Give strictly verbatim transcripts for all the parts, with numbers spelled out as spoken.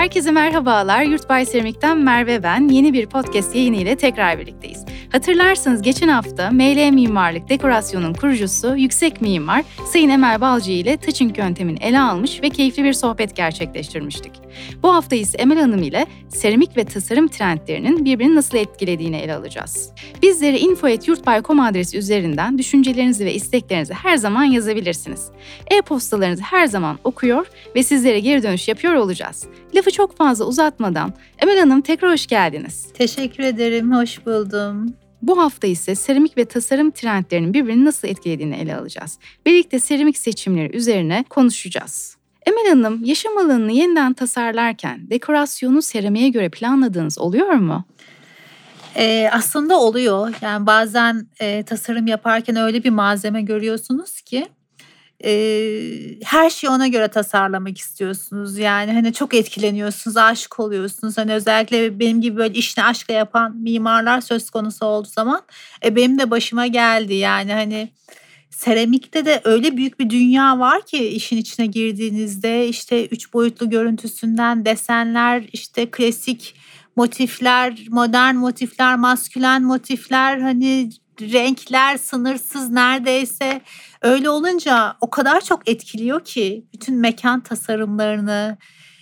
Herkese merhabalar. Yurtbay Seramik'ten Merve ben. Yeni bir podcast yayını ile tekrar birlikteyiz. Hatırlarsanız geçen hafta M L Mimarlık Dekorasyon'un kurucusu Yüksek Mimar Sayın Emel Balcı ile touching yöntemini ele almış ve keyifli bir sohbet gerçekleştirmiştik. Bu hafta ise Emel Hanım ile seramik ve tasarım trendlerinin birbirini nasıl etkilediğini ele alacağız. Bizlere info at yurtbay nokta com adresi üzerinden düşüncelerinizi ve isteklerinizi her zaman yazabilirsiniz. E-postalarınızı her zaman okuyor ve sizlere geri dönüş yapıyor olacağız. Lafı çok fazla uzatmadan Emel Hanım tekrar hoş geldiniz. Teşekkür ederim, hoş buldum. Bu hafta ise seramik ve tasarım trendlerinin birbirini nasıl etkilediğini ele alacağız. Birlikte seramik seçimleri üzerine konuşacağız. Emel Hanım, yaşam alanını yeniden tasarlarken dekorasyonu seramiğe göre planladığınız oluyor mu? Ee, aslında oluyor. Yani bazen e, tasarım yaparken öyle bir malzeme görüyorsunuz ki e, her şeyi ona göre tasarlamak istiyorsunuz. Yani hani çok etkileniyorsunuz, aşık oluyorsunuz. Hani özellikle benim gibi böyle işini aşkla yapan mimarlar söz konusu olduğu zaman e, benim de başıma geldi. Yani hani seramikte de öyle büyük bir dünya var ki işin içine girdiğinizde işte üç boyutlu görüntüsünden desenler, işte klasik motifler, modern motifler, maskülen motifler, hani renkler sınırsız neredeyse. Öyle olunca o kadar çok etkiliyor ki bütün mekan tasarımlarını,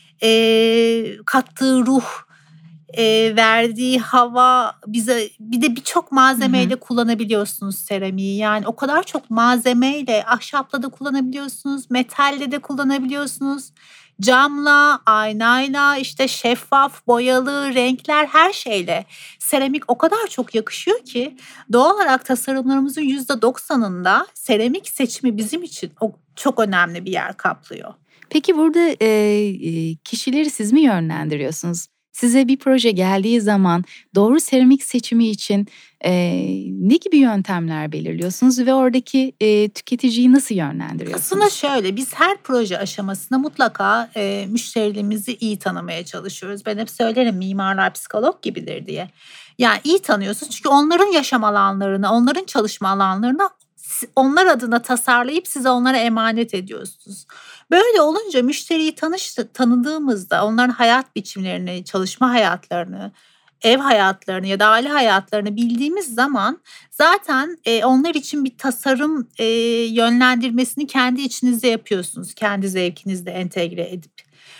e, kattığı ruh, e, verdiği hava, bize bir de birçok malzemeyle hı hı. kullanabiliyorsunuz seramiği. Yani o kadar çok malzemeyle, ahşapla da kullanabiliyorsunuz, metalle de kullanabiliyorsunuz. Camla, aynayla, işte şeffaf, boyalı, renkler, her şeyle seramik o kadar çok yakışıyor ki doğal olarak tasarımlarımızın yüzde doksanında seramik seçimi bizim için çok önemli bir yer kaplıyor. Peki burada e, kişileri siz mi yönlendiriyorsunuz? Size bir proje geldiği zaman doğru seramik seçimi için e, ne gibi yöntemler belirliyorsunuz ve oradaki e, tüketiciyi nasıl yönlendiriyorsunuz? Aslında şöyle, biz her proje aşamasında mutlaka e, müşterilerimizi iyi tanımaya çalışıyoruz. Ben hep söylerim, mimarlar psikolog gibidir diye. Yani iyi tanıyorsunuz çünkü onların yaşam alanlarını, onların çalışma alanlarını onlar adına tasarlayıp size onlara emanet ediyorsunuz. Böyle olunca müşteriyi tanıştı, tanıdığımızda onların hayat biçimlerini, çalışma hayatlarını, ev hayatlarını ya da aile hayatlarını bildiğimiz zaman zaten e, onlar için bir tasarım e, yönlendirmesini kendi içinizde yapıyorsunuz. Kendi zevkinizde entegre edip.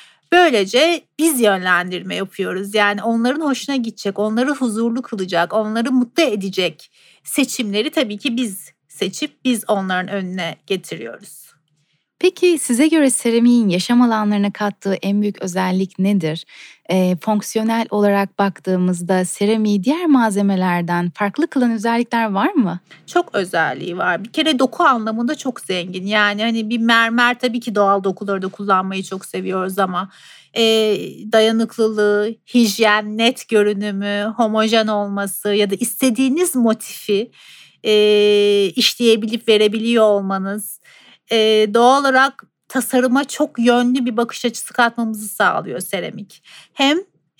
Böylece biz yönlendirme yapıyoruz. Yani onların hoşuna gidecek, onları huzurlu kılacak, onları mutlu edecek seçimleri tabii ki biz seçip biz onların önüne getiriyoruz. Peki size göre seramiğin yaşam alanlarına kattığı en büyük özellik nedir? E, fonksiyonel olarak baktığımızda seramiği diğer malzemelerden farklı kılan özellikler var mı? Çok özelliği var. Bir kere doku anlamında çok zengin. Yani hani bir mermer, tabii ki doğal dokuları da kullanmayı çok seviyoruz ama e, dayanıklılığı, hijyen, net görünümü, homojen olması ya da istediğiniz motifi e, işleyebilip verebiliyor olmanız Ee, doğal olarak tasarıma çok yönlü bir bakış açısı katmamızı sağlıyor seramik. Hem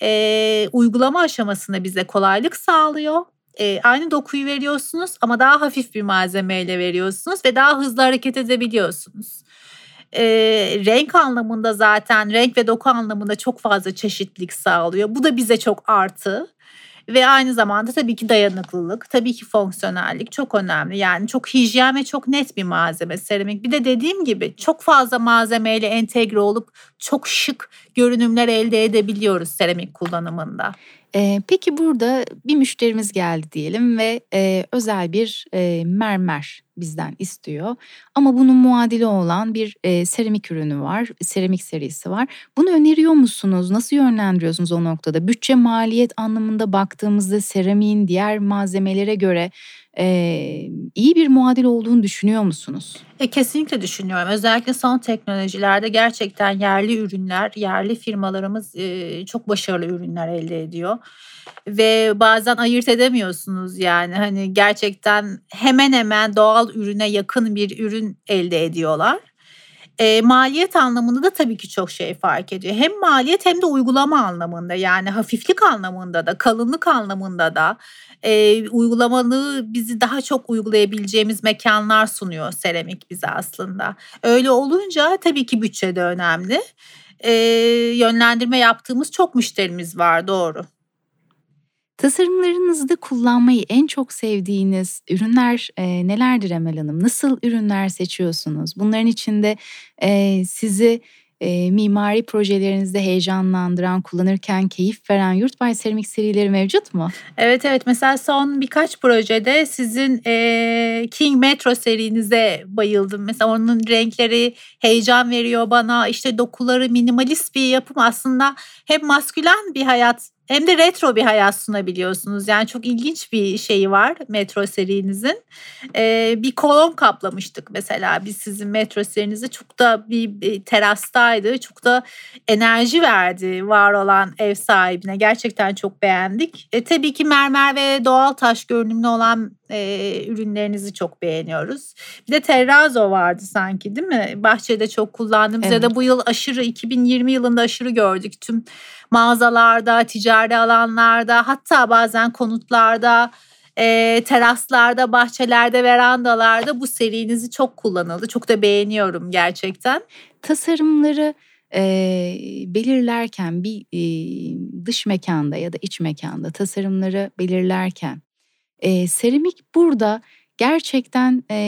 e, uygulama aşamasında bize kolaylık sağlıyor. E, aynı dokuyu veriyorsunuz ama daha hafif bir malzemeyle veriyorsunuz ve daha hızlı hareket edebiliyorsunuz. E, renk anlamında zaten renk ve doku anlamında çok fazla çeşitlilik sağlıyor. Bu da bize çok artı. Ve aynı zamanda tabii ki dayanıklılık, tabii ki fonksiyonellik çok önemli. Yani çok hijyen ve çok net bir malzeme seramik. Bir de dediğim gibi çok fazla malzemeyle entegre olup çok şık görünümler elde edebiliyoruz seramik kullanımında. Ee, peki burada bir müşterimiz geldi diyelim ve e, özel bir e, mermer bizden istiyor. Ama bunun muadili olan bir e, seramik ürünü var, seramik serisi var. Bunu öneriyor musunuz? Nasıl yönlendiriyorsunuz o noktada? Bütçe maliyet anlamında baktığımızda seramiğin diğer malzemelere göre e, iyi bir muadil olduğunu düşünüyor musunuz? E, kesinlikle düşünüyorum. Özellikle son teknolojilerde gerçekten yerli ürünler, yerli firmalarımız e, çok başarılı ürünler elde ediyor. Ve bazen ayırt edemiyorsunuz yani hani gerçekten hemen hemen doğal ürüne yakın bir ürün elde ediyorlar. E, maliyet anlamında da tabii ki çok şey fark ediyor. Hem maliyet hem de uygulama anlamında, yani hafiflik anlamında da, kalınlık anlamında da e, uygulamalı bizi daha çok uygulayabileceğimiz mekanlar sunuyor seramik bize aslında. Öyle olunca tabii ki bütçe de önemli. e, yönlendirme yaptığımız çok müşterimiz var, doğru. Tasarımlarınızda kullanmayı en çok sevdiğiniz ürünler e, nelerdir Emel Hanım? Nasıl ürünler seçiyorsunuz? Bunların içinde e, sizi e, mimari projelerinizde heyecanlandıran, kullanırken keyif veren Yurtbay Seramik serileri mevcut mu? Evet evet, mesela son birkaç projede sizin e, King Metro serinize bayıldım. Mesela onun renkleri heyecan veriyor bana. İşte dokuları minimalist bir yapım, aslında hem maskülen bir hayat hem de retro bir hayat sunabiliyorsunuz. Yani çok ilginç bir şeyi var Metro serinizin. Ee, bir kolon kaplamıştık mesela biz sizin Metro serinizi. Çok da bir, bir terastaydı. Çok da enerji verdi var olan ev sahibine. Gerçekten çok beğendik. E, tabii ki mermer ve doğal taş görünümlü olan e, ürünlerinizi çok beğeniyoruz. Bir de terrazzo vardı sanki, değil mi? Bahçede çok kullandığımız, evet. Ya da bu yıl aşırı, iki bin yirmi yılında aşırı gördük. Tüm mağazalarda, ticari alanlarda, hatta bazen konutlarda, e, teraslarda, bahçelerde, verandalarda bu serinizi çok kullanıldı. Çok da beğeniyorum gerçekten. Tasarımları e, belirlerken bir e, dış mekanda ya da iç mekanda tasarımları belirlerken e, seramik burada gerçekten e,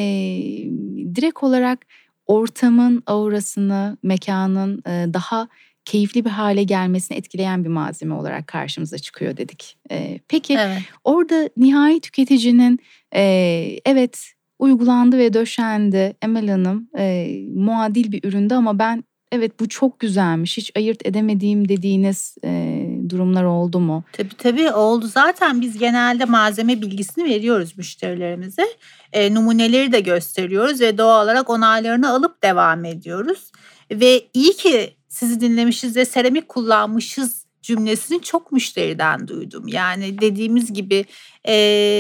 direkt olarak ortamın aurasını, mekanın e, daha keyifli bir hale gelmesini etkileyen bir malzeme olarak karşımıza çıkıyor dedik. Ee, peki evet. Orada nihai tüketicinin e, evet uygulandı ve döşendi Emel Hanım e, muadil bir üründü ama ben evet bu çok güzelmiş, hiç ayırt edemediğim dediğiniz e, durumlar oldu mu? Tabii tabii oldu. Zaten biz genelde malzeme bilgisini veriyoruz müşterilerimize. E, numuneleri de gösteriyoruz ve doğal olarak onaylarını alıp devam ediyoruz. Ve iyi ki sizi dinlemişiz ve seramik kullanmışız cümlesini çok müşteriden duydum. Yani dediğimiz gibi e,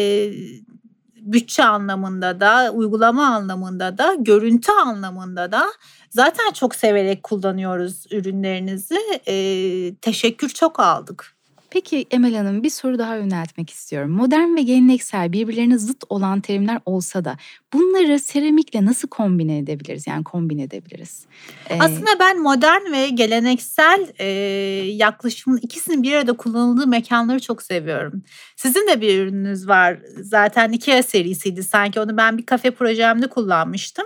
bütçe anlamında da, uygulama anlamında da, görüntü anlamında da zaten çok severek kullanıyoruz ürünlerinizi. E, teşekkür çok aldık. Peki Emel Hanım, bir soru daha yöneltmek istiyorum. Modern ve geleneksel, birbirlerine zıt olan terimler olsa da bunları seramikle nasıl kombine edebiliriz? Yani kombine edebiliriz. Ee, Aslında ben modern ve geleneksel e, yaklaşımın ikisinin bir arada kullanıldığı mekanları çok seviyorum. Sizin de bir ürününüz var zaten, IKEA serisiydi sanki, onu ben bir kafe projemde kullanmıştım.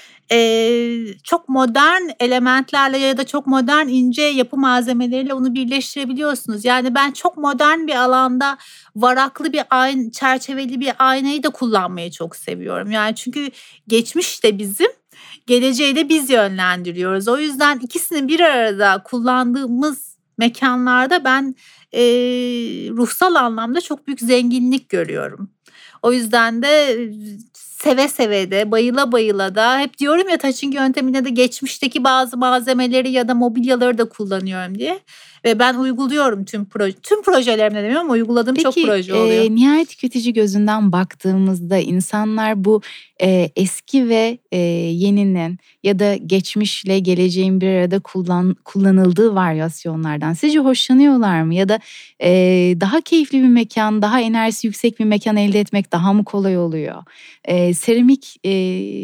Ee, çok modern elementlerle ya da çok modern ince yapı malzemeleriyle onu birleştirebiliyorsunuz. Yani ben çok modern bir alanda varaklı bir ayna, çerçeveli bir aynayı da kullanmayı çok seviyorum. Yani çünkü geçmiş de bizim, geleceği de biz yönlendiriyoruz. O yüzden ikisini bir arada kullandığımız mekanlarda ben e, ruhsal anlamda çok büyük zenginlik görüyorum. O yüzden de seve seve de, bayıla bayıla da, hep diyorum ya touching yönteminde de geçmişteki bazı malzemeleri ya da mobilyaları da kullanıyorum diye. Ve ben uyguluyorum tüm proje, tüm projelerimde demiyorum ama uyguladığım Peki, çok proje oluyor. Peki e, nihai tüketici gözünden baktığımızda insanlar bu e, eski ve e, yeninin ya da geçmişle geleceğin bir arada kullan, kullanıldığı varyasyonlardan sizce hoşlanıyorlar mı? Ya da e, daha keyifli bir mekan, daha enerjisi yüksek bir mekan elde etmek daha mı kolay oluyor? E, seramik e,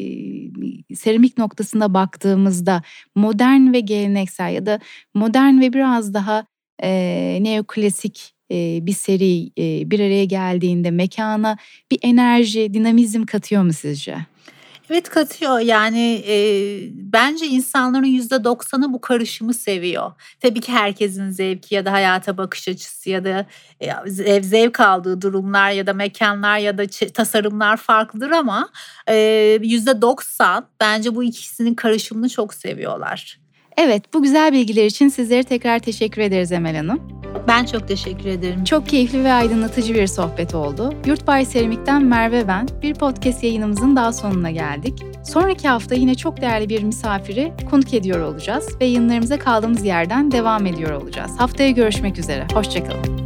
seramik noktasında baktığımızda modern ve geleneksel ya da modern ve biraz daha e, neoklasik e, bir seri e, bir araya geldiğinde mekana bir enerji, dinamizm katıyor mu sizce? Evet, katıyor. Yani e, bence insanların yüzde doksanı bu karışımı seviyor. Tabii ki herkesin zevki ya da hayata bakış açısı ya da e, zevk aldığı durumlar ya da mekanlar ya da ç- tasarımlar farklıdır ama e, yüzde doksan bence bu ikisinin karışımını çok seviyorlar. Evet, bu güzel bilgiler için sizlere tekrar teşekkür ederiz Emel Hanım. Ben çok teşekkür ederim. Çok keyifli ve aydınlatıcı bir sohbet oldu. Yurtbay Seramik'ten Merve ben. Bir podcast yayınımızın daha sonuna geldik. Sonraki hafta yine çok değerli bir misafiri konuk ediyor olacağız ve yayınlarımıza kaldığımız yerden devam ediyor olacağız. Haftaya görüşmek üzere. Hoşça kalın.